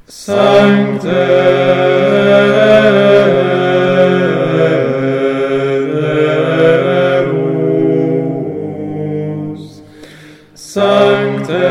Sancte Deus, Sancte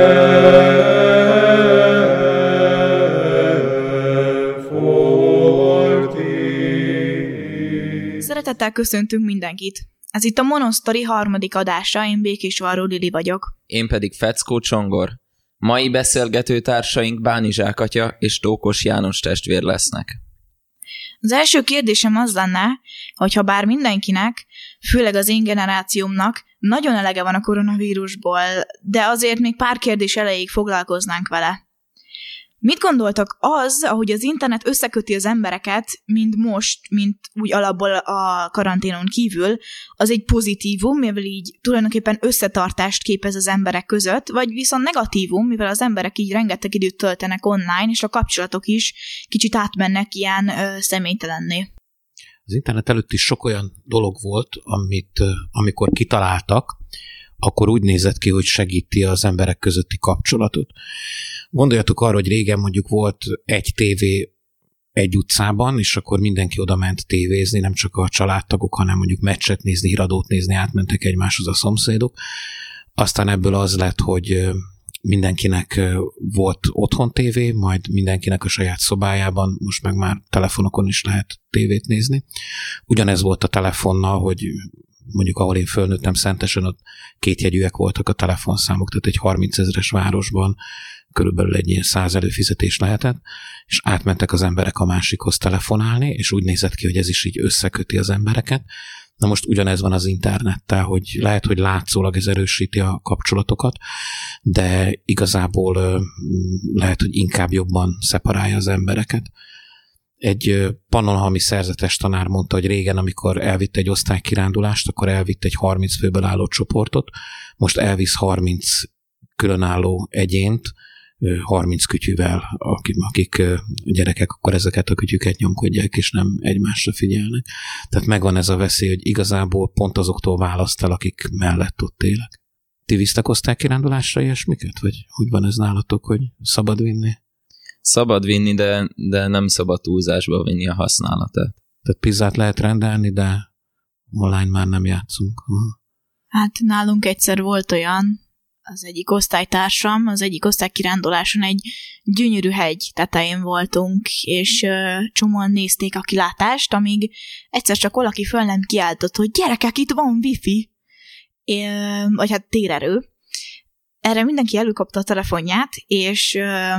Fortis. Szeretettel köszöntünk mindenkit! Ez itt a Monosztori harmadik adása, én Békés Varró Lili vagyok. Én pedig Feckó Csongor. Mai beszélgetőtársaink Bánizsák atya és Tókos János testvér lesznek. Az első kérdésem az lenne, hogyha bár mindenkinek, főleg az én generációmnak nagyon elege van a koronavírusból, de azért még pár kérdés elejéig foglalkoznánk vele. Mit gondoltak az, ahogy az internet összeköti az embereket, mint most, mint úgy alapból a karanténon kívül, az egy pozitívum, mivel így tulajdonképpen összetartást képez az emberek között, vagy viszont negatívum, mivel az emberek így rengeteg időt töltenek online, és a kapcsolatok is kicsit átmennek ilyen személytelenné. Az internet előtt is sok olyan dolog volt, amit amikor kitaláltak, akkor úgy nézett ki, hogy segíti az emberek közötti kapcsolatot. Gondoljatok arra, hogy régen mondjuk volt egy tévé egy utcában, és akkor mindenki oda ment tévézni, nem csak a családtagok, hanem mondjuk meccset nézni, híradót nézni, átmentek egymáshoz a szomszédok. Aztán ebből az lett, hogy mindenkinek volt otthon tévé, majd mindenkinek a saját szobájában, most meg már telefonokon is lehet tévét nézni. Ugyanez volt a telefonnal, hogy mondjuk ahol én fölnőttem Szentesen, ott kétjegyűek voltak a telefonszámok, tehát egy 30 000-es városban körülbelül egy ilyen 100 előfizetés lehetett, és átmentek az emberek a másikhoz telefonálni, és úgy nézett ki, hogy ez is így összeköti az embereket. Na most ugyanez van az internettel, hogy lehet, hogy látszólag ez erősíti a kapcsolatokat, de igazából lehet, hogy inkább jobban szeparálja az embereket. Egy pannonhalmi szerzetes tanár mondta, hogy régen, amikor elvitt egy osztálykirándulást, akkor elvitt egy 30 főből álló csoportot, most elvisz 30 különálló egyént, 30 kütyűvel, akik gyerekek, akkor ezeket a kütyüket nyomkodják, és nem egymásra figyelnek. Tehát megvan ez a veszély, hogy igazából pont azoktól választ el, akik mellett ott élek. Ti visztek osztálykirándulásra ilyesmiket? Vagy úgy van ez nálatok, hogy szabad vinni? Szabad vinni, de nem szabad túlzásba vinni a használatát. Tehát pizzát lehet rendelni, de online már nem játszunk. Hát nálunk egyszer volt olyan, az egyik osztálytársam, az egyik osztálykiránduláson egy gyönyörű hegy tetején voltunk, és csomóan nézték a kilátást, amíg egyszer csak valaki föl nem kiáltott, hogy gyerekek, itt van wifi, vagy hát térerő. Erre mindenki előkapta a telefonját, és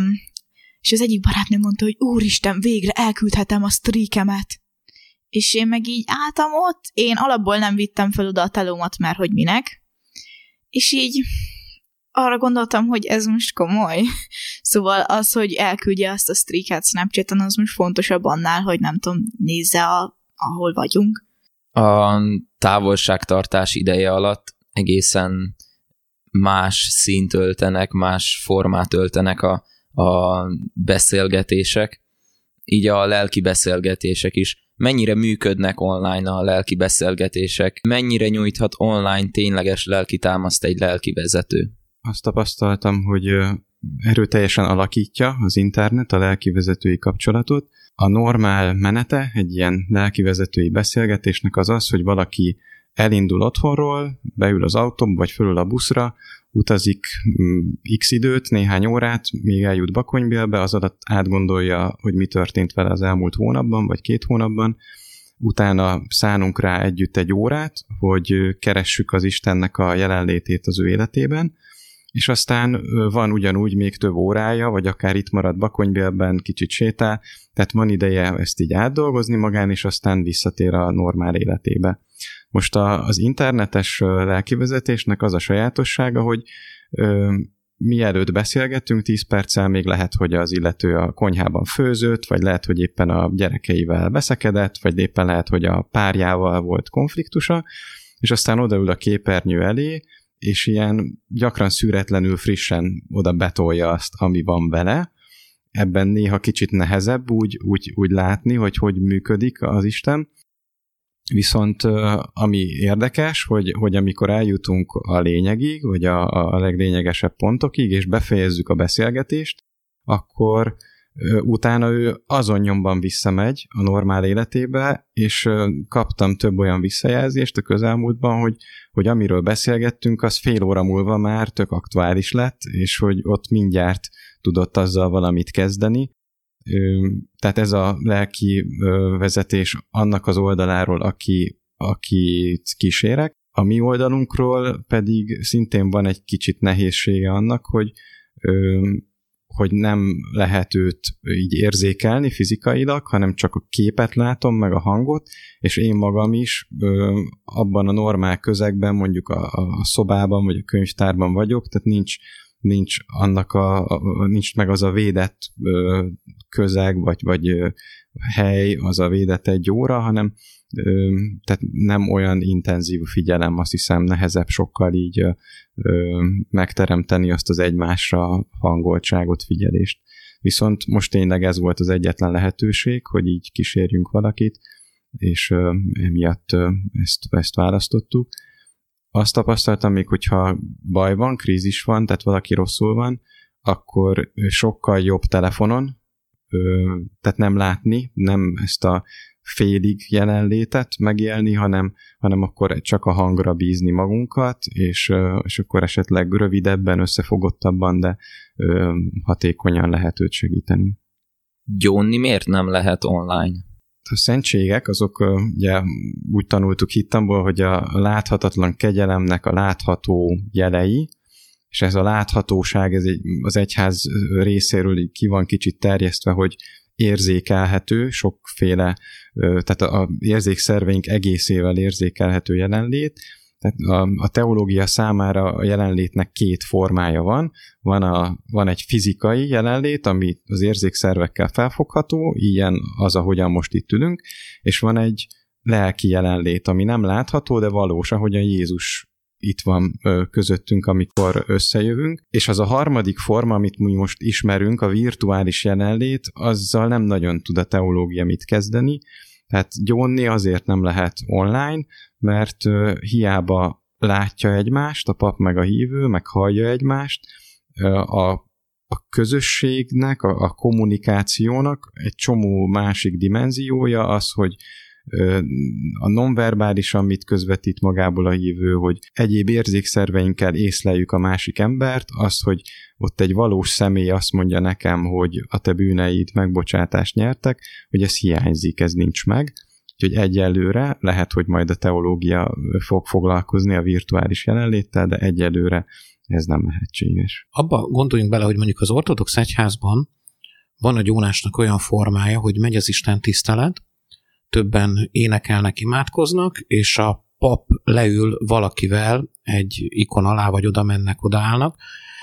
az egyik barátnő mondta, hogy úristen, végre elküldhetem a streakemet. És én meg így álltam ott, én alapból nem vittem fel oda a telómat, mert hogy minek. És így arra gondoltam, hogy ez most komoly. Szóval az, hogy elküldje azt a streaket Snapchaten, az most fontosabb annál, hogy nem tudom, nézze, ahol vagyunk. A távolságtartás ideje alatt egészen más színt öltenek, más formát öltenek a beszélgetések, így a lelki beszélgetések is. Mennyire működnek online a lelki beszélgetések? Mennyire nyújthat online tényleges lelki támaszt egy lelki vezető? Azt tapasztaltam, hogy erőteljesen alakítja az internet a lelkivezetői kapcsolatot. A normál menete egy ilyen lelkivezetői beszélgetésnek az az, hogy valaki elindul otthonról, beül az autóba, vagy fölül a buszra, utazik x időt, néhány órát, még eljut Bakonybélbe, az alatt átgondolja, hogy mi történt vele az elmúlt hónapban, vagy 2 hónapban, utána szánunk rá együtt egy órát, hogy keressük az Istennek a jelenlétét az ő életében, és aztán van ugyanúgy még több órája, vagy akár itt marad Bakonybélben, kicsit sétál, tehát van ideje ezt így átdolgozni magán, és aztán visszatér a normál életébe. Most az internetes lelkivezetésnek az a sajátossága, hogy mielőtt beszélgetünk, 10 perccel még lehet, hogy az illető a konyhában főzött, vagy lehet, hogy éppen a gyerekeivel beszekedett, vagy éppen lehet, hogy a párjával volt konfliktusa, és aztán odaül a képernyő elé, és ilyen gyakran szűretlenül frissen oda betolja azt, ami van vele. Ebben néha kicsit nehezebb úgy látni, hogy működik az Isten. Viszont ami érdekes, hogy amikor eljutunk a lényegig, vagy a leglényegesebb pontokig, és befejezzük a beszélgetést, akkor utána ő azon nyomban visszamegy a normál életébe, és kaptam több olyan visszajelzést a közelmúltban, hogy amiről beszélgettünk, az fél óra múlva már tök aktuális lett, és hogy ott mindjárt tudott azzal valamit kezdeni. Tehát ez a lelki vezetés annak az oldaláról, aki kísérek. A mi oldalunkról pedig szintén van egy kicsit nehézsége annak, hogy nem lehet őt így érzékelni fizikailag, hanem csak a képet látom, meg a hangot, és én magam is abban a normál közegben, mondjuk a szobában, vagy a könyvtárban vagyok, tehát nincs meg az a védett közeg, vagy hely, az a védett 1 óra, hanem tehát nem olyan intenzív figyelem, azt hiszem nehezebb sokkal így megteremteni azt az egymásra hangoltságot, figyelést. Viszont most tényleg ez volt az egyetlen lehetőség, hogy így kísérjünk valakit, és emiatt ezt választottuk. Azt tapasztaltam még, hogyha baj van, krízis van, tehát valaki rosszul van, akkor sokkal jobb telefonon, tehát nem látni, nem ezt a félig jelenlétet megélni, hanem akkor csak a hangra bízni magunkat, és akkor esetleg rövidebben, összefogottabban, de hatékonyan lehet őt segíteni. Gyónni miért nem lehet online? A szentségek, azok ugye úgy tanultuk hittamból, hogy a láthatatlan kegyelemnek a látható jelei, és ez a láthatóság ez az egyház részéről ki van kicsit terjesztve, hogy érzékelhető, sokféle, tehát az érzékszerveink egészével érzékelhető jelenlét. Tehát a teológia számára a jelenlétnek 2 formája van. Van egy fizikai jelenlét, ami az érzékszervekkel felfogható, ilyen az, ahogyan most itt ülünk, és van egy lelki jelenlét, ami nem látható, de valós, ahogyan Jézus itt van közöttünk, amikor összejövünk, és az a harmadik forma, amit mi most ismerünk, a virtuális jelenlét, azzal nem nagyon tud a teológia mit kezdeni, tehát gyónni azért nem lehet online, mert hiába látja egymást, a pap meg a hívő, meg hallja egymást, a közösségnek, a kommunikációnak egy csomó másik dimenziója az, hogy a nonverbálisan mit közvetít magából a hívő, hogy egyéb érzékszerveinkkel észleljük a másik embert, azt, hogy ott egy valós személy azt mondja nekem, hogy a te bűneid megbocsátást nyertek, hogy ez hiányzik, ez nincs meg. Úgyhogy egyelőre lehet, hogy majd a teológia fog foglalkozni a virtuális jelenléttel, de egyelőre ez nem lehetséges. Abba gondoljunk bele, hogy mondjuk az ortodox egyházban van a gyónásnak olyan formája, hogy megy az Isten tisztelet, többen énekelnek, imádkoznak, és a pap leül valakivel egy ikon alá, vagy oda mennek, odaállnak,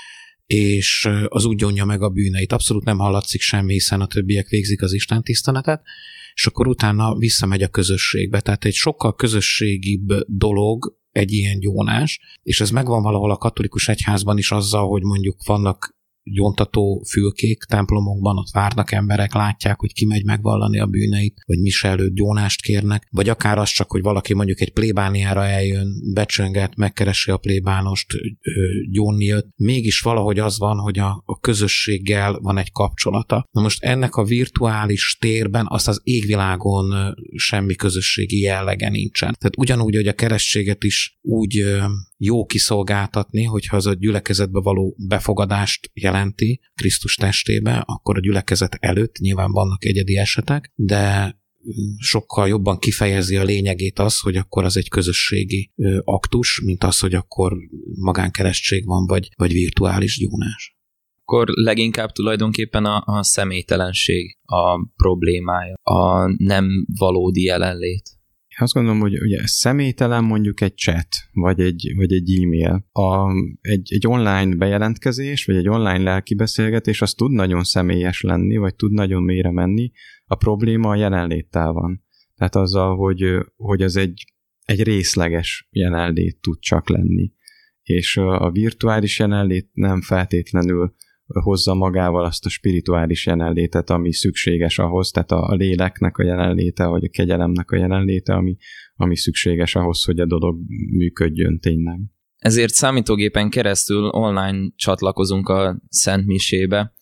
és az úgy gyónja meg a bűneit. Abszolút nem hallatszik semmi, hiszen a többiek végzik az Isten tiszteletet, és akkor utána visszamegy a közösségbe. Tehát egy sokkal közösségibb dolog egy ilyen gyónás, és ez megvan valahol a katolikus egyházban is azzal, hogy mondjuk vannak gyóntató fülkék templomokban, ott várnak emberek, látják, hogy ki megy megvallani a bűneit, vagy mise előtt gyónást kérnek, vagy akár az csak, hogy valaki mondjuk egy plébániára eljön, becsönget, megkeresi a plébánost, gyónni jött. Mégis valahogy az van, hogy a közösséggel van egy kapcsolata. Na most ennek a virtuális térben azt az égvilágon semmi közösségi jellege nincsen. Tehát ugyanúgy, hogy a keresztséget is úgy jó kiszolgáltatni, hogyha az a gyülekezetbe való befogadást jelenti Krisztus testébe, akkor a gyülekezet előtt nyilván vannak egyedi esetek, de sokkal jobban kifejezi a lényegét az, hogy akkor az egy közösségi aktus, mint az, hogy akkor magánkeresztség van, vagy virtuális gyónás. Akkor leginkább tulajdonképpen a személytelenség a problémája, a nem valódi jelenlét. Azt gondolom, hogy ugye személytelen mondjuk egy chat, vagy egy e-mail. Egy online bejelentkezés, vagy egy online lelkibeszélgetés, az tud nagyon személyes lenni, vagy tud nagyon mélyre menni. A probléma a jelenléttel van. Tehát azzal, hogy az egy részleges jelenlét tud csak lenni. És a virtuális jelenlét nem feltétlenül hozza magával azt a spirituális jelenlétet, ami szükséges ahhoz, tehát a léleknek a jelenléte, vagy a kegyelemnek a jelenléte, ami szükséges ahhoz, hogy a dolog működjön tényleg. Ezért számítógépen keresztül online csatlakozunk a Szent Misébe.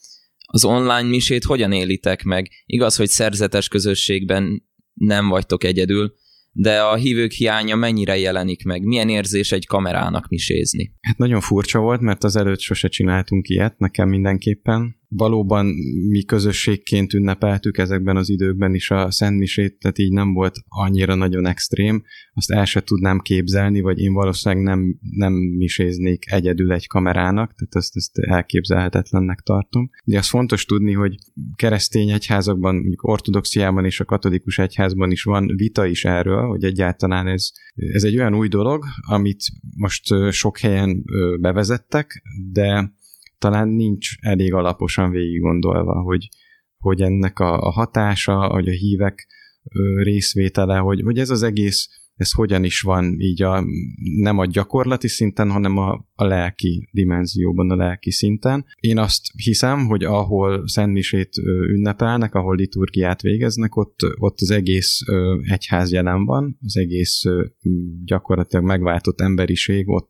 Az online misét hogyan élitek meg? Igaz, hogy szerzetes közösségben nem vagytok egyedül, de a hívők hiánya mennyire jelenik meg? Milyen érzés egy kamerának misézni? Hát nagyon furcsa volt, mert azelőtt sose csináltunk ilyet, nekem mindenképpen. Valóban mi közösségként ünnepeltük ezekben az időkben is a szentmisét, tehát így nem volt annyira nagyon extrém. Azt el se tudnám képzelni, vagy én valószínűleg nem miséznék egyedül egy kamerának, tehát ezt elképzelhetetlennek tartom. De az fontos tudni, hogy keresztény egyházakban, mondjuk ortodoxiában és a katolikus egyházban is van vita is erről, hogy egyáltalán ez egy olyan új dolog, amit most sok helyen bevezettek, de talán nincs elég alaposan végig gondolva, hogy ennek a hatása, hogy a hívek részvétele, hogy ez az egész, ez hogyan is van így nem a gyakorlati szinten, hanem a lelki dimenzióban, a lelki szinten. Én azt hiszem, hogy ahol szentmisét ünnepelnek, ahol liturgiát végeznek, ott az egész egyház jelen van, az egész gyakorlatilag megváltott emberiség ott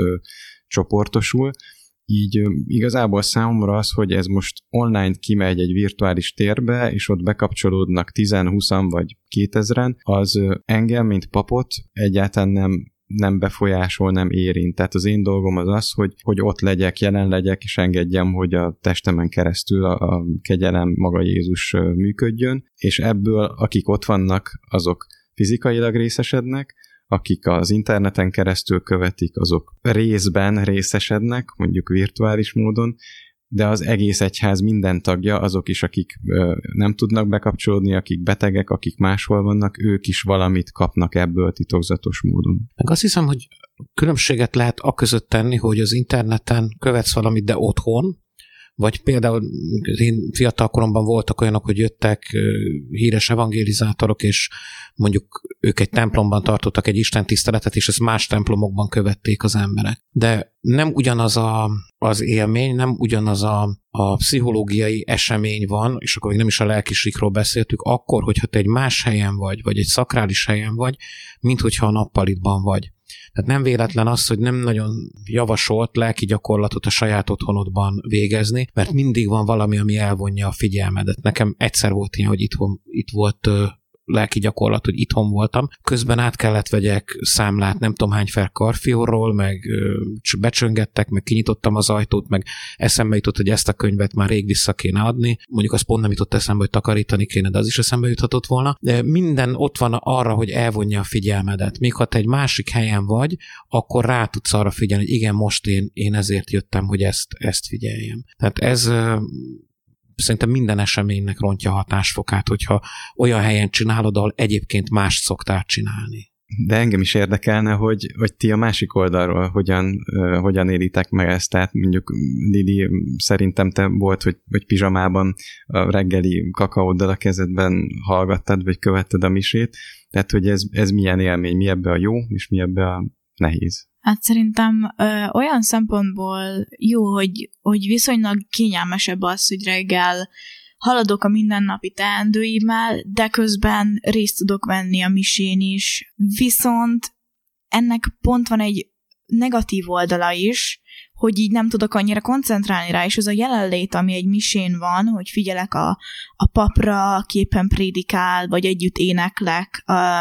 csoportosul. Így igazából számomra az, hogy ez most online kimegy egy virtuális térbe, és ott bekapcsolódnak 10-20 vagy 2000-en, az engem, mint papot egyáltalán nem befolyásol, nem érint. Tehát az én dolgom az, hogy ott legyek, jelen legyek, és engedjem, hogy a testemen keresztül a kegyelem maga Jézus működjön, és ebből, akik ott vannak, azok fizikailag részesednek, akik az interneten keresztül követik, azok részben részesednek, mondjuk virtuális módon, de az egész egyház minden tagja, azok is, akik nem tudnak bekapcsolódni, akik betegek, akik máshol vannak, ők is valamit kapnak ebből titokzatos módon. Meg azt hiszem, hogy különbséget lehet aközött tenni, hogy az interneten követsz valamit, de otthon, vagy például én fiatal koromban voltak olyanok, hogy jöttek híres evangelizátorok, és mondjuk ők egy templomban tartottak egy istentiszteletet, és ezt más templomokban követték az emberek. De nem ugyanaz az élmény, nem ugyanaz a pszichológiai esemény van, és akkor még nem is a lelkisikról beszéltük, akkor, hogyha te egy más helyen vagy egy szakrális helyen vagy, mint hogyha a nappalitban vagy. Tehát nem véletlen az, hogy nem nagyon javasolt lelki gyakorlatot a saját otthonodban végezni, mert mindig van valami, ami elvonja a figyelmedet. Nekem egyszer volt ilyen, hogy itt volt lelki gyakorlat, hogy itthon voltam. Közben át kellett vegyek számlát, nem tudom hány fel Carrefourról, meg becsöngettek, meg kinyitottam az ajtót, meg eszembe jutott, hogy ezt a könyvet már rég vissza kéne adni. Mondjuk az pont nem jutott eszembe, hogy takarítani kéne, de az is eszembe juthatott volna. De minden ott van arra, hogy elvonja a figyelmedet. Míg ha te egy másik helyen vagy, akkor rá tudsz arra figyelni, hogy igen, most én ezért jöttem, hogy ezt figyeljem. Tehát ez szerintem minden eseménynek rontja a hatásfokát, hogyha olyan helyen csinálod, ahol egyébként mást szoktál csinálni. De engem is érdekelne, hogy ti a másik oldalról hogyan élitek meg ezt. Tehát mondjuk Lili, szerintem te volt, hogy pizsamában a reggeli kakaóddal a kezedben hallgattad, vagy követted a misét. Tehát, hogy ez milyen élmény, mi ebbe a jó, és mi ebbe a nehéz. Hát szerintem olyan szempontból jó, hogy viszonylag kényelmesebb az, hogy reggel haladok a mindennapi teendőimmel, de közben részt tudok venni a misén is. Viszont ennek pont van egy negatív oldala is, hogy így nem tudok annyira koncentrálni rá, és az a jelenlét, ami egy misén van, hogy figyelek a papra, aki éppen prédikál, vagy együtt éneklek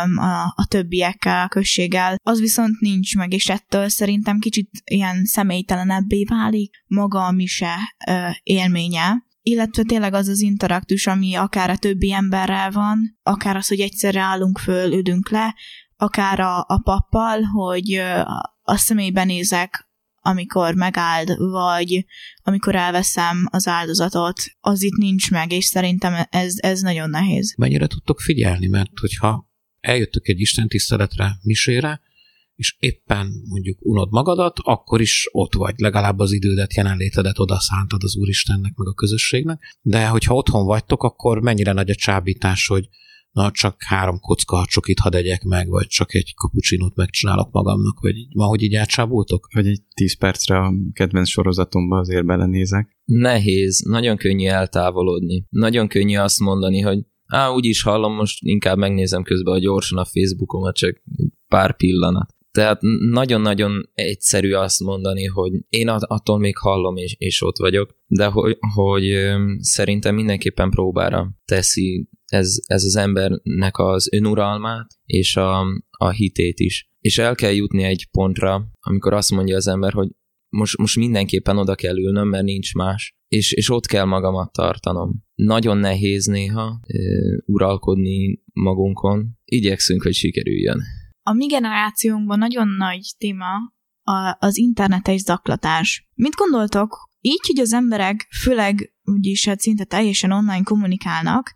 a többiekkel, a községgel, az viszont nincs meg, és ettől szerintem kicsit ilyen személytelenebbé válik maga a mise élménye, illetve tényleg az az interaktus, ami akár a többi emberrel van, akár az, hogy egyszerre állunk föl, ülünk le, akár a pappal, hogy a személybe nézek, amikor megáld, vagy amikor elveszem az áldozatot, az itt nincs meg, és szerintem ez nagyon nehéz. Mennyire tudtok figyelni, mert hogyha eljöttök egy istentiszteletre, misére, és éppen mondjuk unod magadat, akkor is ott vagy, legalább az idődet, jelenlétedet oda szántad az Úristennek, meg a közösségnek, de hogyha otthon vagytok, akkor mennyire nagy a csábítás, hogy na, csak 3 kocka hacsokit hadd egyek meg, vagy csak egy kapucsinót megcsinálok magamnak, vagy ma, hogy így elcsábultok? Vagy egy 10 percre a kedvenc sorozatomba azért belenézek. Nehéz, nagyon könnyű eltávolodni. Nagyon könnyű azt mondani, hogy úgyis hallom, most inkább megnézem közben gyorsan a Facebookomat, csak egy pár pillanat. Tehát nagyon-nagyon egyszerű azt mondani, hogy én attól még hallom, és ott vagyok, de hogy szerintem mindenképpen próbára teszi ez az embernek az önuralmát, és a hitét is. És el kell jutni egy pontra, amikor azt mondja az ember, hogy most mindenképpen oda kell ülnöm, mert nincs más, és ott kell magamat tartanom. Nagyon nehéz néha uralkodni magunkon. Igyekszünk, hogy sikerüljön. A mi generációnkban nagyon nagy téma az internetes zaklatás. Mit gondoltok? Így, hogy az emberek főleg úgyis hát szinte teljesen online kommunikálnak,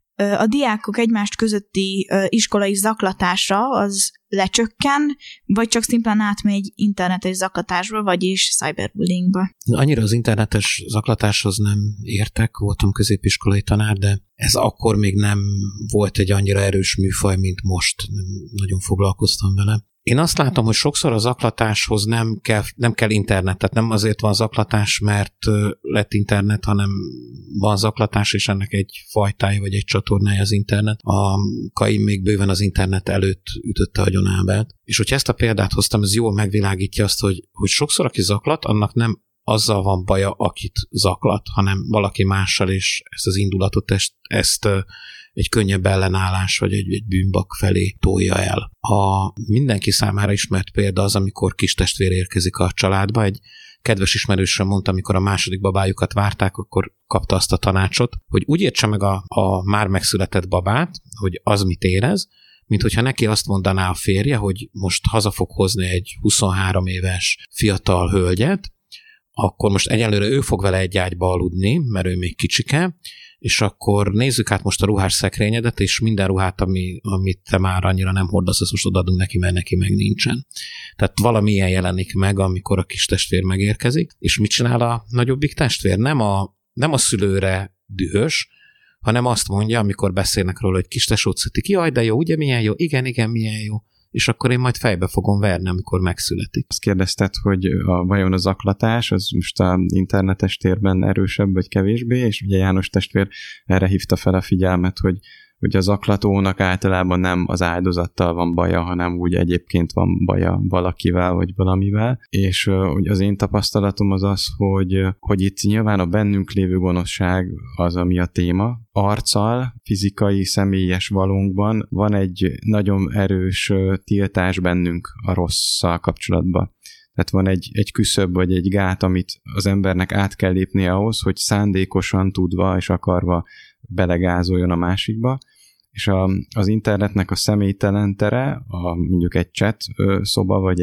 a diákok egymást közötti iskolai zaklatásra az lecsökken, vagy csak szimplán átmegy internetes zaklatásba, vagyis cyberbullyingba? Annyira az internetes zaklatáshoz nem értek, voltam középiskolai tanár, de ez akkor még nem volt egy annyira erős műfaj, mint most. Nem nagyon foglalkoztam vele. Én azt látom, hogy sokszor a zaklatáshoz nem kell internet, tehát nem azért van zaklatás, mert lett internet, hanem van zaklatás, és ennek egy fajtája vagy egy csatornája az internet. A Kain még bőven az internet előtt ütötte agyon Ábelt. És hogyha ezt a példát hoztam, ez jól megvilágítja azt, hogy sokszor aki zaklat, annak nem azzal van baja, akit zaklat, hanem valaki mással, és ezt az indulatot, ezt egy könnyebb ellenállás, vagy egy bűnbak felé tolja el. A mindenki számára ismert példa az, amikor kistestvér érkezik a családba. Egy kedves ismerősöm mondta, amikor a második babájukat várták, akkor kapta azt a tanácsot, hogy úgy értse meg a már megszületett babát, hogy az mit érez, mint hogyha neki azt mondaná a férje, hogy most haza fog hozni egy 23 éves fiatal hölgyet, akkor most egyelőre ő fog vele egy ágyba aludni, mert ő még kicsike, és akkor nézzük át most a ruhás szekrényedet, és minden ruhát, amit te már annyira nem hordasz, azt most odaadunk neki, mert neki meg nincsen. Tehát valami ilyen jelenik meg, amikor a kis testvér megérkezik, és mit csinál a nagyobbik testvér? Nem a szülőre dühös, hanem azt mondja, amikor beszélnek róla, hogy kis tesót szütik, jaj, de jó, ugye milyen jó? Igen, milyen jó. És akkor én majd fejbe fogom verni, amikor megszületik. Azt kérdezted, hogy vajon a zaklatás az most az internetes térben erősebb vagy kevésbé, és ugye János testvér erre hívta fel a figyelmet, hogy a zaklatónak általában nem az áldozattal van baja, hanem úgy egyébként van baja valakivel vagy valamivel, és ugye az én tapasztalatom az, hogy itt nyilván a bennünk lévő gonoszság az, ami a téma. Arccal, fizikai, személyes valónkban van egy nagyon erős tiltás bennünk a rosszal kapcsolatban. Tehát van egy küszöb vagy egy gát, amit az embernek át kell lépnie ahhoz, hogy szándékosan tudva és akarva belegázoljon a másikba, és az internetnek a személytelen tere, mondjuk egy chat szoba, vagy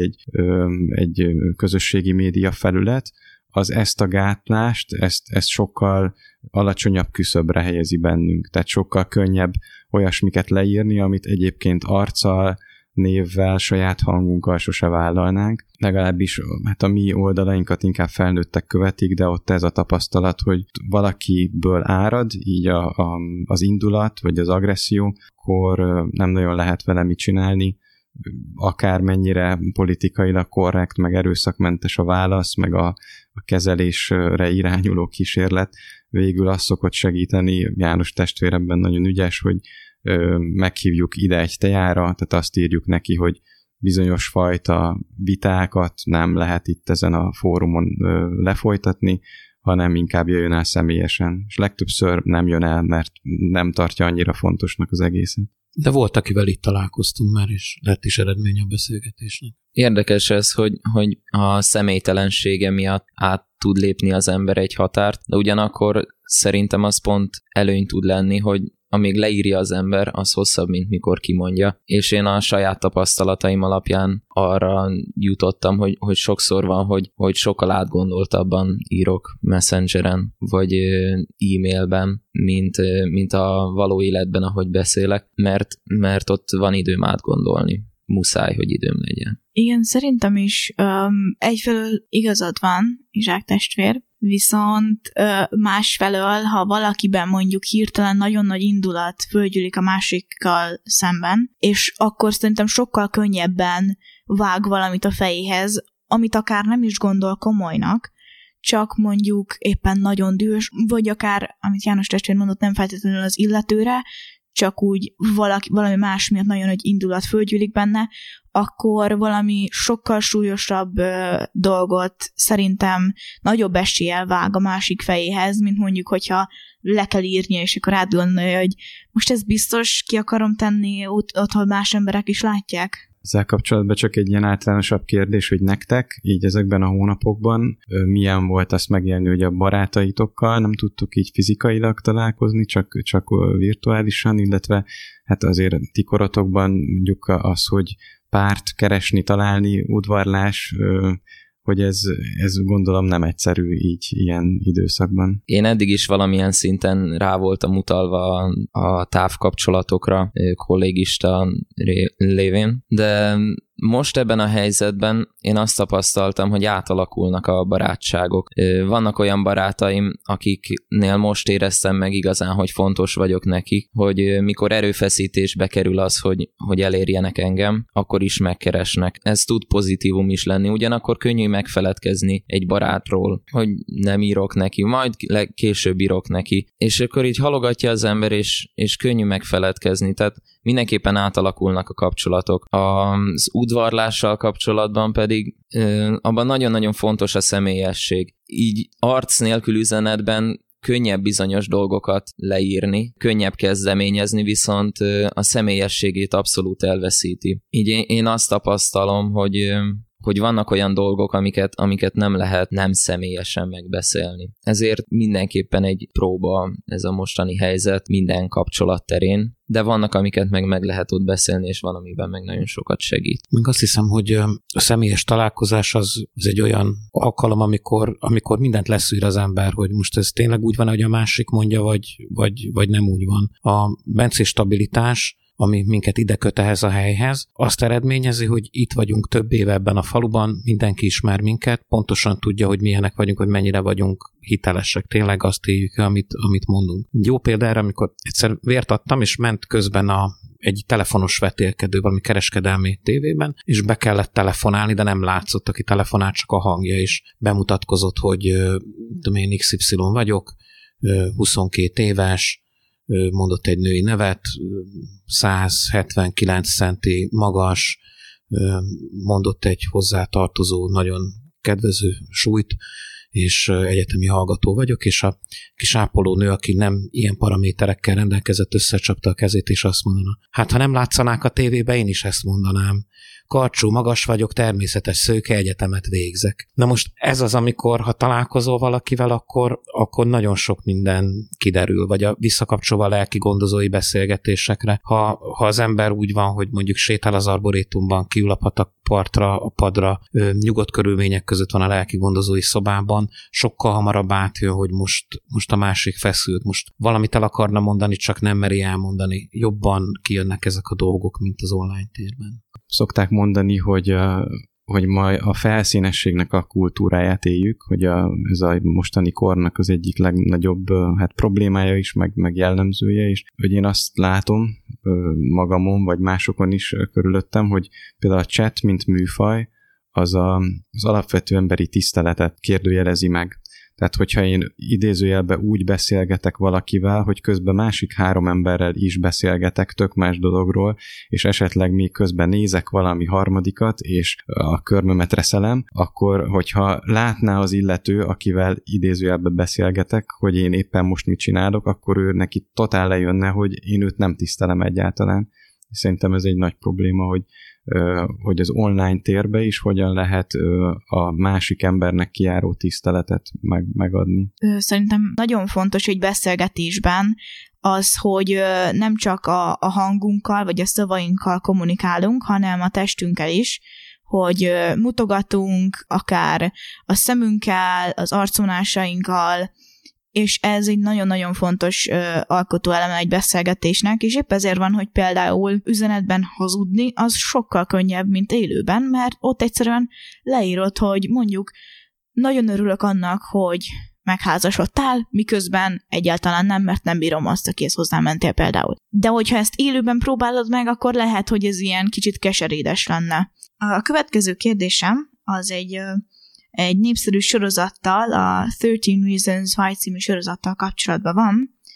egy közösségi média felület, az ezt a gátlást, ezt sokkal alacsonyabb küszöbre helyezi bennünk. Tehát sokkal könnyebb olyasmiket leírni, amit egyébként arccal, névvel, saját hangunkkal sose vállalnánk. Legalábbis hát a mi oldalainkat inkább felnőttek követik, de ott ez a tapasztalat, hogy valakiből árad, így az indulat, vagy az agresszió, akkor nem nagyon lehet vele mit csinálni, akármennyire politikailag korrekt, meg erőszakmentes a válasz, meg a kezelésre irányuló kísérlet, végül az szokott segíteni, János testvér ebben nagyon ügyes, hogy meghívjuk ide egy tejára, tehát azt írjuk neki, hogy bizonyos fajta vitákat nem lehet itt ezen a fórumon lefolytatni, hanem inkább jöjjön el személyesen. És legtöbbször nem jön el, mert nem tartja annyira fontosnak az egészet. De volt, akivel itt találkoztunk már, és lett is eredmény a beszélgetésnek. Érdekes ez, hogy a személytelensége miatt át tud lépni az ember egy határt, de ugyanakkor szerintem az pont előny tud lenni, hogy amíg leírja az ember, az hosszabb, mint mikor kimondja. És én a saját tapasztalataim alapján arra jutottam, hogy sokszor van, hogy sokkal átgondoltabban írok Messengeren, vagy e-mailben, mint a való életben, ahogy beszélek, mert ott van időm átgondolni. Muszáj, hogy időm legyen. Igen, szerintem is egyfelől igazad van, Izsák testvér, viszont másfelől, ha valakiben mondjuk hirtelen nagyon nagy indulat fölgyűlik a másikkal szemben, és akkor szerintem sokkal könnyebben vág valamit a fejéhez, amit akár nem is gondol komolynak, csak mondjuk éppen nagyon dühös, vagy akár, amit János testvér mondott, nem feltétlenül az illetőre, csak úgy valami más miatt nagyon nagy indulat fölgyűlik benne, akkor valami sokkal súlyosabb dolgot szerintem nagyobb eséllyel vág a másik fejéhez, mint mondjuk, hogyha le kell írnia, és akkor átgondolja, hogy most ez biztos ki akarom tenni otthon más emberek is látják. Ezzel kapcsolatban csak egy ilyen általánosabb kérdés, hogy nektek így ezekben a hónapokban milyen volt azt megélni, hogy a barátaitokkal nem tudtuk így fizikailag találkozni, csak virtuálisan, illetve hát azért ti korotokban mondjuk az, hogy párt keresni, találni, udvarlás, hogy ez gondolom nem egyszerű így ilyen időszakban. Én eddig is valamilyen szinten rá voltam utalva a távkapcsolatokra, kollégista lévén, de most ebben a helyzetben én azt tapasztaltam, hogy átalakulnak a barátságok. Vannak olyan barátaim, akiknél most éreztem meg igazán, hogy fontos vagyok nekik, hogy mikor erőfeszítésbe kerül az, hogy elérjenek engem, akkor is megkeresnek. Ez tud pozitívum is lenni, ugyanakkor könnyű megfeledkezni egy barátról, hogy nem írok neki, majd később írok neki. És akkor így halogatja az ember, és könnyű megfeledkezni, tehát mindenképpen átalakulnak a kapcsolatok. Az udvarlással kapcsolatban pedig abban nagyon-nagyon fontos a személyesség. Így arc nélkül üzenetben könnyebb bizonyos dolgokat leírni, könnyebb kezdeményezni, viszont a személyességét abszolút elveszíti. Így én azt tapasztalom, hogy vannak olyan dolgok, amiket nem lehet nem személyesen megbeszélni. Ezért mindenképpen egy próba ez a mostani helyzet minden kapcsolat terén, de vannak, amiket meg lehet ott beszélni, és van, amiben meg nagyon sokat segít. Még azt hiszem, hogy a személyes találkozás az egy olyan alkalom, amikor mindent leszűr az ember, hogy most ez tényleg úgy van, hogy a másik mondja, vagy nem úgy van. A bencés stabilitás, ami minket ide köt ehhez a helyhez, azt eredményezi, hogy itt vagyunk több éve ebben a faluban, mindenki ismer minket, pontosan tudja, hogy milyenek vagyunk, hogy mennyire vagyunk hitelesek, tényleg azt éljük, amit mondunk. Jó példa erre, amikor egyszer vért adtam, és ment közben egy telefonos vetélkedő valami kereskedelmi tévében, és be kellett telefonálni, de nem látszott, aki telefonált, csak a hangja, és bemutatkozott, hogy én XY vagyok, 22 éves, mondott egy női nevet, 179 centi magas, mondott egy hozzátartozó, nagyon kedvező súlyt, és egyetemi hallgató vagyok, és a kis ápolónő, aki nem ilyen paraméterekkel rendelkezett, összecsapta a kezét, és azt mondana, hát ha nem látszanák a tévébe, én is ezt mondanám. Karcsú, magas vagyok, természetes szőke, egyetemet végzek. Na most ez az, amikor, ha találkozol valakivel, akkor nagyon sok minden kiderül, vagy visszakapcsolva a lelki gondozói beszélgetésekre. Ha az ember úgy van, hogy mondjuk sétál az arborétumban, kiül a patakpartra, a padra, nyugodt körülmények között van a lelki gondozói szobában, sokkal hamarabb átjön, hogy most a másik feszült, most valamit el akarna mondani, csak nem meri elmondani. Jobban kijönnek ezek a dolgok, mint az online térben. Szokták mondani, hogy ma a felszínességnek a kultúráját éljük, hogy ez a mostani kornak az egyik legnagyobb problémája is, meg jellemzője is. Hogy én azt látom magamon, vagy másokon is körülöttem, hogy például a chat, mint műfaj, az alapvető emberi tiszteletet kérdőjelezi meg. Tehát, hogyha én idézőjelben úgy beszélgetek valakivel, hogy közben másik 3 emberrel is beszélgetek tök más dologról, és esetleg még közben nézek valami harmadikat, és a körmömet reszelem, akkor, hogyha látná az illető, akivel idézőjelben beszélgetek, hogy én éppen most mit csinálok, akkor ő neki totál lejönne, hogy én őt nem tisztelem egyáltalán. Szerintem ez egy nagy probléma, hogy az online térbe is hogyan lehet a másik embernek kijáró tiszteletet megadni. Szerintem nagyon fontos, hogy beszélgetésben az, hogy nem csak a hangunkkal vagy a szavainkkal kommunikálunk, hanem a testünkkel is, hogy mutogatunk, akár a szemünkkel, az arcvonásainkkal, és ez egy nagyon-nagyon fontos alkotóeleme egy beszélgetésnek, és épp ezért van, hogy például üzenetben hazudni, az sokkal könnyebb, mint élőben, mert ott egyszerűen leírod, hogy mondjuk nagyon örülök annak, hogy megházasodtál, miközben egyáltalán nem, mert nem bírom azt, akihez hozzámentél például. De hogyha ezt élőben próbálod meg, akkor lehet, hogy ez ilyen kicsit keserédes lenne. A következő kérdésem az egy népszerű sorozattal, a 13 Reasons Why című sorozattal kapcsolatban van,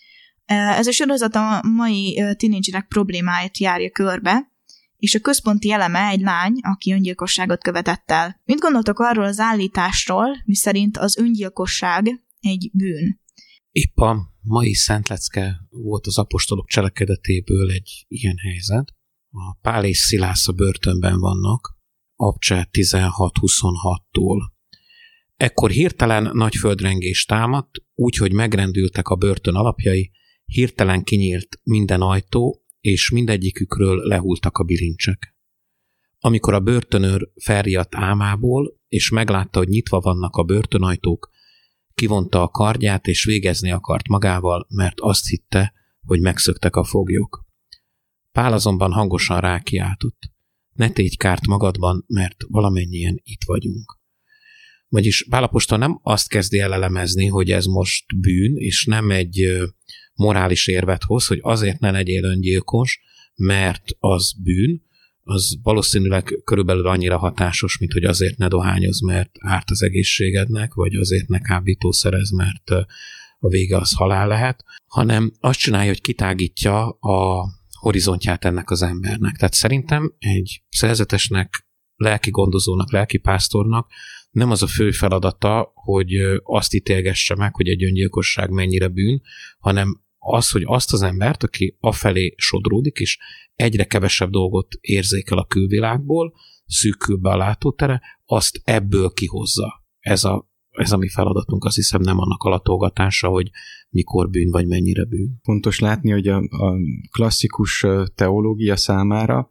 Ez a sorozat a mai tínédzserek problémáit járja körbe, és a központi eleme egy lány, aki öngyilkosságot követett el. Mit gondoltok arról az állításról, miszerint az öngyilkosság egy bűn? Épp a mai Szent Lecke volt az apostolok cselekedetéből egy ilyen helyzet. A Pál és Szilász a börtönben vannak, Abcse 16-26-tól. Ekkor hirtelen nagy földrengés támadt, úgyhogy megrendültek a börtön alapjai, hirtelen kinyílt minden ajtó, és mindegyikükről lehultak a bilincsek. Amikor a börtönőr felriadt álmából, és meglátta, hogy nyitva vannak a börtönajtók, kivonta a kardját, és végezni akart magával, mert azt hitte, hogy megszöktek a foglyok. Pál azonban hangosan rákiáltott: ne tégy kárt magadban, mert valamennyien itt vagyunk. Vagyis Pál apostol nem azt kezdi el elemezni, hogy ez most bűn, és nem egy morális érvet hoz, hogy azért ne legyél öngyilkos, mert az bűn, az valószínűleg körülbelül annyira hatásos, mint hogy azért ne dohányozz, mert árt az egészségednek, vagy azért ne kábítószerezz, mert a vége az halál lehet, hanem azt csinálja, hogy kitágítja a horizontját ennek az embernek. Tehát szerintem egy szerzetesnek, lelki gondozónak, lelki pásztornak nem az a fő feladata, hogy azt ítélgesse meg, hogy egy öngyilkosság mennyire bűn, hanem az, hogy azt az embert, aki afelé sodródik, és egyre kevesebb dolgot érzékel a külvilágból, szűkül be a látótere, azt ebből kihozza. Ez a mi feladatunk, azt hiszem nem annak a latolgatása, hogy mikor bűn, vagy mennyire bűn. Fontos látni, hogy a klasszikus teológia számára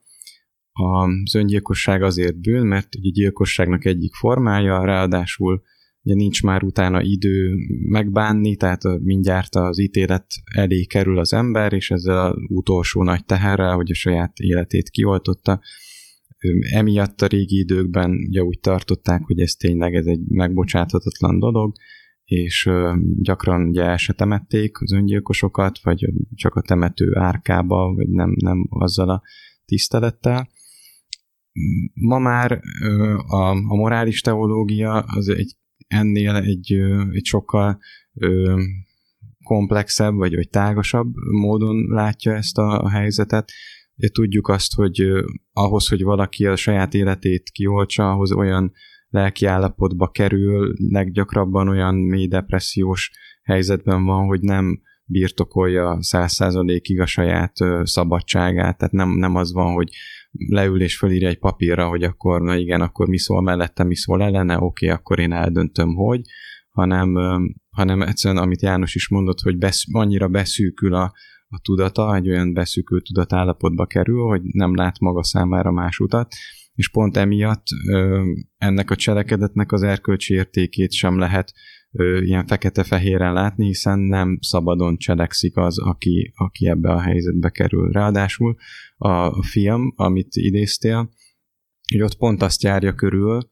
az öngyilkosság azért bűn, mert ugye a gyilkosságnak egyik formája, ráadásul ugye nincs már utána idő megbánni, tehát mindjárt az ítélet elé kerül az ember, és ezzel az utolsó nagy teherrel, hogy a saját életét kioltotta. Emiatt a régi időkben ugye úgy tartották, hogy ez tényleg ez egy megbocsáthatatlan dolog, és gyakran ugye el se temették az öngyilkosokat, vagy csak a temető árkába, vagy nem azzal a tisztelettel. Ma már a morális teológia az ennél egy sokkal komplexebb, vagy tágasabb módon látja ezt a helyzetet. Tudjuk azt, hogy ahhoz, hogy valaki a saját életét kioltsa, ahhoz olyan lelki állapotba kerül, leggyakrabban olyan mély depressziós helyzetben van, hogy nem birtokolja 100%-ig a saját szabadságát, tehát nem az van, hogy leül és fölírja egy papírra, hogy akkor, na igen, akkor mi szól mellette, mi szól ellene, oké, akkor én eldöntöm, hogy, hanem egyszerűen, amit János is mondott, hogy annyira beszűkül a tudata, egy olyan beszűkült tudatállapotba kerül, hogy nem lát maga számára más utat, és pont emiatt ennek a cselekedetnek az erkölcsi értékét sem lehet ilyen fekete-fehéren látni, hiszen nem szabadon cselekszik az, aki ebbe a helyzetbe kerül. Ráadásul a film, amit idéztél, hogy ott pont azt járja körül,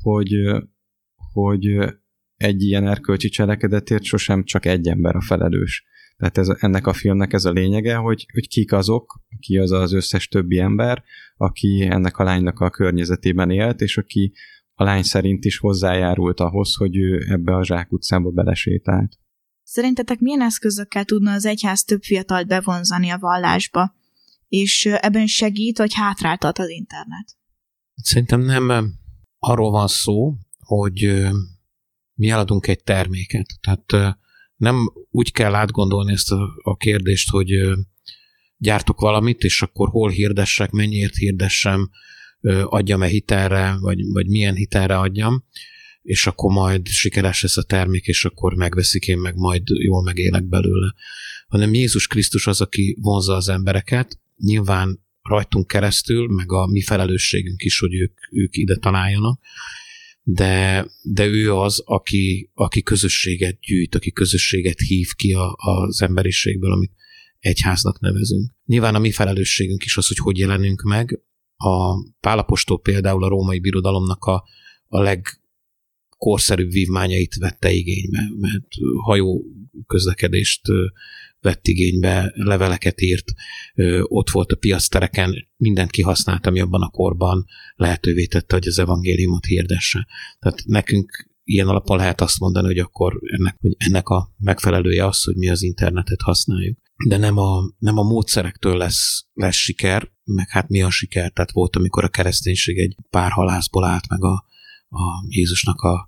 hogy egy ilyen erkölcsi cselekedetért sosem csak egy ember a felelős. Tehát ennek a filmnek ez a lényege, hogy ki az az összes többi ember, aki ennek a lánynak a környezetében élt, és aki a lány szerint is hozzájárult ahhoz, hogy ő ebbe a zsákutcába belesétált. Szerintetek milyen eszközökkel tudna az egyház több fiatalt bevonzani a vallásba, és ebben segít, vagy hátráltat az internet? Szerintem nem arról van szó, hogy mi eladunk egy terméket. Tehát nem úgy kell átgondolni ezt a kérdést, hogy gyártok valamit, és akkor hol hirdessek, mennyiért hirdessem, adjam-e hitelre, vagy milyen hitelre adjam, és akkor majd sikeres lesz a termék, és akkor megveszik, én meg majd jól megélek belőle. Hanem Jézus Krisztus az, aki vonzza az embereket, nyilván rajtunk keresztül, meg a mi felelősségünk is, hogy ők ide találjanak, de ő az, aki közösséget gyűjt, aki közösséget hív ki az emberiségből, amit egyháznak nevezünk. Nyilván a mi felelősségünk is az, hogy jelenünk meg. A Pál apostol például a római birodalomnak a legkorszerűbb vívmányait vette igénybe, mert hajó közlekedést vett igénybe, leveleket írt, ott volt a piactereken, mindent kihasznált, ami abban a korban lehetővé tette, hogy az evangéliumot hirdesse. Tehát nekünk ilyen alapon lehet azt mondani, hogy akkor ennek a megfelelője az, hogy mi az internetet használjuk. de nem a módszerektől lesz siker, meg hát mi a siker? Tehát volt, amikor a kereszténység egy pár halászból állt, meg a Jézusnak a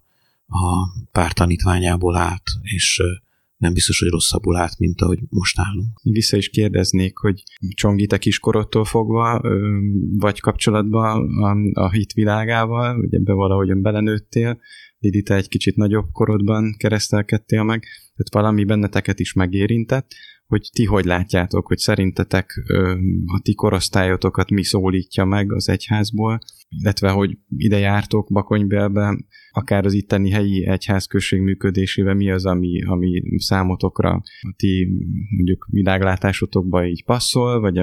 pár tanítványából állt, és nem biztos, hogy rosszabbul állt, mint ahogy most állunk. Vissza is kérdeznék, hogy Csongi, te kiskorodtól fogva vagy kapcsolatban a hit világával, hogy ebbe valahogyan belenőttél, Lidi, te egy kicsit nagyobb korodban keresztelkedtél meg, tehát valami benneteket is megérintett, hogy ti hogy látjátok, hogy szerintetek a ti korosztályotokat mi szólítja meg az egyházból, illetve hogy ide jártok Bakonybélbe, akár az itteni helyi egyházközség működésében mi az, ami számotokra a ti mondjuk világlátásotokba így passzol, vagy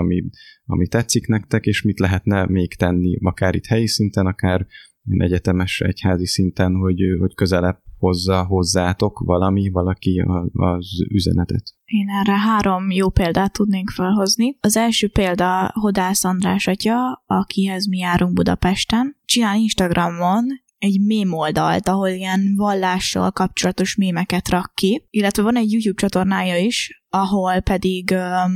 ami tetszik nektek, és mit lehetne még tenni, akár itt helyi szinten, akár egyetemes egyházi szinten, hogy közelebb hozza hozzátok valaki az üzenetet. Én erre 3 jó példát tudnék felhozni. Az első példa Hodász András atya, akihez mi járunk Budapesten. Csinál Instagramon egy mém oldalt, ahol ilyen vallással kapcsolatos mémeket rak ki, illetve van egy YouTube csatornája is, ahol pedig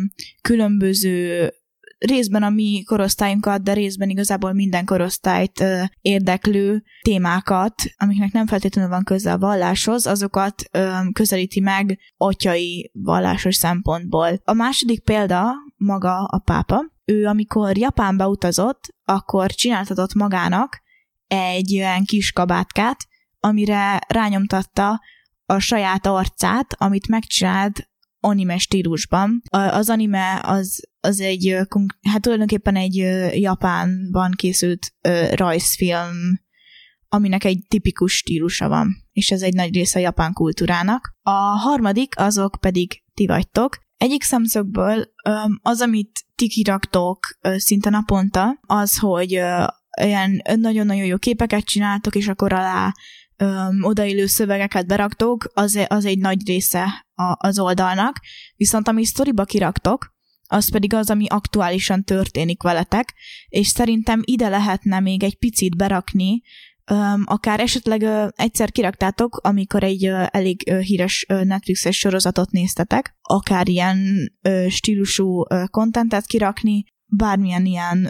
különböző részben a mi korosztályunkat, de részben igazából minden korosztályt érdeklő témákat, amiknek nem feltétlenül van köze a valláshoz, azokat közelíti meg atyai vallásos szempontból. A második példa maga a pápa. Ő amikor Japánba utazott, akkor csináltatott magának egy olyan kis kabátkát, amire rányomtatta a saját arcát, amit megcsinált anime stílusban. Az anime az egy, hát tulajdonképpen egy Japánban készült rajzfilm, aminek egy tipikus stílusa van, és ez egy nagy része a japán kultúrának. A harmadik, azok pedig ti vagytok. Egyik szemszögből az, amit ti kiraktok szinte naponta, az, hogy ilyen nagyon-nagyon jó képeket csináltok, és akkor alá odaillő szövegeket beraktok, az egy nagy része az oldalnak, viszont ami sztoriba kiraktok, az pedig az, ami aktuálisan történik veletek, és szerintem ide lehetne még egy picit berakni, akár esetleg egyszer kiraktátok, amikor egy elég híres Netflixes sorozatot néztetek, akár ilyen stílusú contentet kirakni, bármilyen ilyen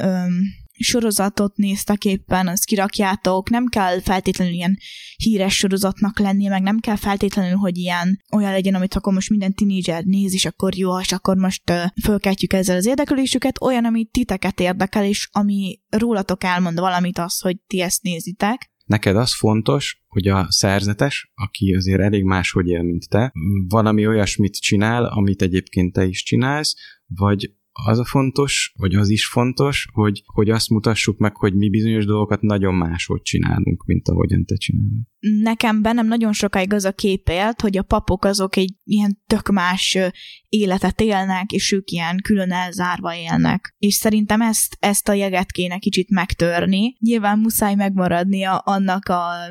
sorozatot néztek éppen, azt kirakjátok, nem kell feltétlenül ilyen híres sorozatnak lennie, meg nem kell feltétlenül, hogy olyan legyen, amit akkor most minden tinédzser néz, és akkor jó, és akkor most fölkeltjük ezzel az érdeklődésüket, olyan, ami titeket érdekel, és ami rólatok elmond valamit az, hogy ti ezt nézitek. Neked az fontos, hogy a szerzetes, aki azért elég máshogy él, mint te, valami olyasmit csinál, amit egyébként te is csinálsz, vagy az a fontos, vagy az is fontos, hogy azt mutassuk meg, hogy mi bizonyos dolgokat nagyon máshogy csinálunk, mint ahogyan te csinálod. Nekem bennem nagyon sokáig az a kép élt, hogy a papok azok egy ilyen tök más életet élnek, és ők ilyen külön elzárva élnek. És szerintem ezt a jeget kéne kicsit megtörni. Nyilván muszáj megmaradnia annak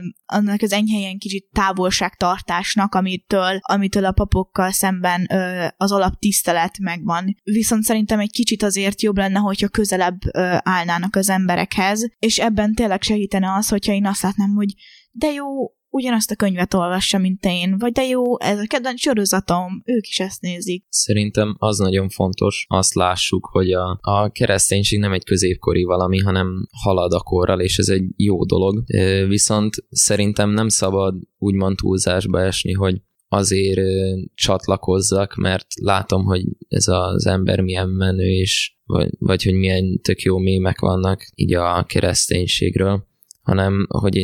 az enyhelyen kicsit távolságtartásnak, amitől a papokkal szemben az alaptisztelet megvan. Viszont szerintem egy kicsit azért jobb lenne, hogyha közelebb állnának az emberekhez, és ebben tényleg segítene az, hogyha én azt látnám, hogy de jó, ugyanazt a könyvet olvassa, mint én, vagy de jó, ez a kedvenc sorozatom, ők is ezt nézik. Szerintem az nagyon fontos, azt lássuk, hogy a kereszténység nem egy középkori valami, hanem halad a korral, és ez egy jó dolog. Viszont szerintem nem szabad úgymond túlzásba esni, hogy azért csatlakozzak, mert látom, hogy ez az ember milyen menő, és vagy hogy milyen tök jó mémek vannak így a kereszténységről, hanem hogy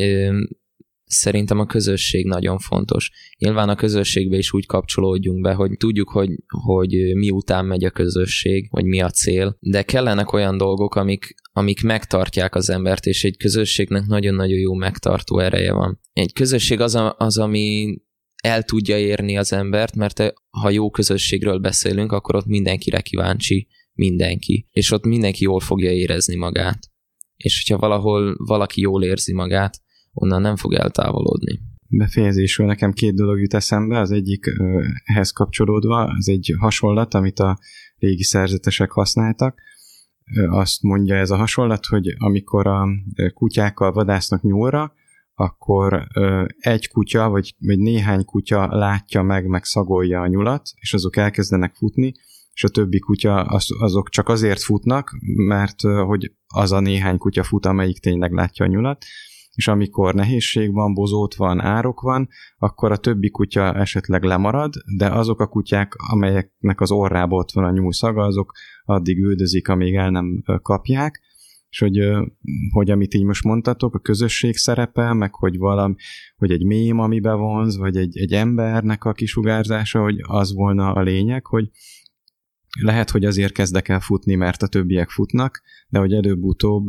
szerintem a közösség nagyon fontos. Nyilván a közösségbe is úgy kapcsolódjunk be, hogy tudjuk, hogy miután megy a közösség, hogy mi a cél, de kellenek olyan dolgok, amik megtartják az embert, és egy közösségnek nagyon-nagyon jó megtartó ereje van. Egy közösség az, ami el tudja érni az embert, mert ha jó közösségről beszélünk, akkor ott mindenkire kíváncsi mindenki, és ott mindenki jól fogja érezni magát. És hogyha valahol valaki jól érzi magát, onnan nem fog eltávolodni. Befejezésül nekem 2 dolog jut eszembe, az egyik ehhez kapcsolódva, az egy hasonlat, amit a régi szerzetesek használtak. Azt mondja ez a hasonlat, hogy amikor a kutyákkal vadásznak nyúlra, akkor egy kutya, vagy néhány kutya látja meg szagolja a nyulat, és azok elkezdenek futni, és a többi kutya azok csak azért futnak, mert hogy az a néhány kutya fut, amelyik tényleg látja a nyulat, és amikor nehézség van, bozót van, árok van, akkor a többi kutya esetleg lemarad, de azok a kutyák, amelyeknek az orrában ott van a nyúlszaga, azok addig üldözik, amíg el nem kapják, és hogy amit így most mondtatok, a közösség szerepe, meg hogy egy mém, ami bevonz, vagy egy embernek a kisugárzása, hogy az volna a lényeg, hogy lehet, hogy azért kezdek el futni, mert a többiek futnak, de hogy előbb-utóbb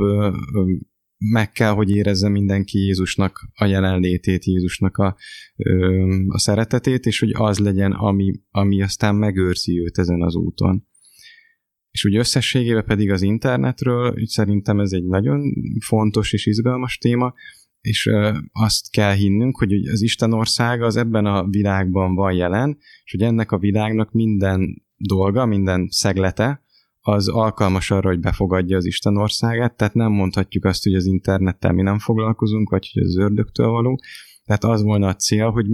meg kell, hogy érezze mindenki Jézusnak a jelenlétét, Jézusnak a szeretetét, és hogy az legyen, ami aztán megőrzi őt ezen az úton. És úgy összességében pedig az internetről, úgy szerintem ez egy nagyon fontos és izgalmas téma, és azt kell hinnünk, hogy az Isten országa az ebben a világban van jelen, és hogy ennek a világnak minden dolga, minden szeglete, az alkalmas arra, hogy befogadja az Isten országát, tehát nem mondhatjuk azt, hogy az internettel mi nem foglalkozunk, vagy hogy az ördögtől való. Tehát az volna a cél, hogy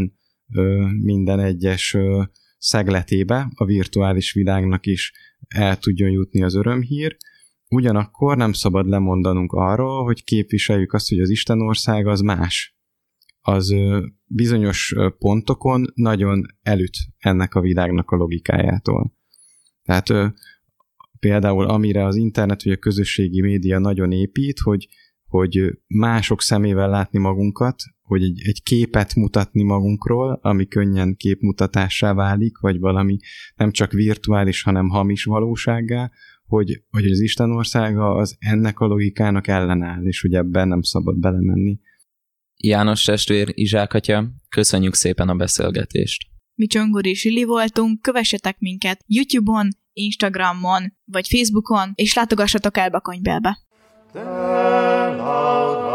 minden egyes szegletébe a virtuális világnak is el tudjon jutni az örömhír. Ugyanakkor nem szabad lemondanunk arról, hogy képviseljük azt, hogy az Isten ország az más. Az bizonyos pontokon nagyon elüt ennek a világnak a logikájától. Tehát például amire az internet vagy a közösségi média nagyon épít, hogy mások szemével látni magunkat, hogy egy képet mutatni magunkról, ami könnyen képmutatássá válik, vagy valami nem csak virtuális, hanem hamis valósággá, hogy az Isten országa az ennek a logikának ellenáll, és hogy ebben nem szabad belemenni. János testvér, Izsák atya, köszönjük szépen a beszélgetést. Mi Csongor és Illi voltunk, kövessetek minket YouTube-on, Instagramon, vagy Facebookon, és látogassatok el Bakonyberbe.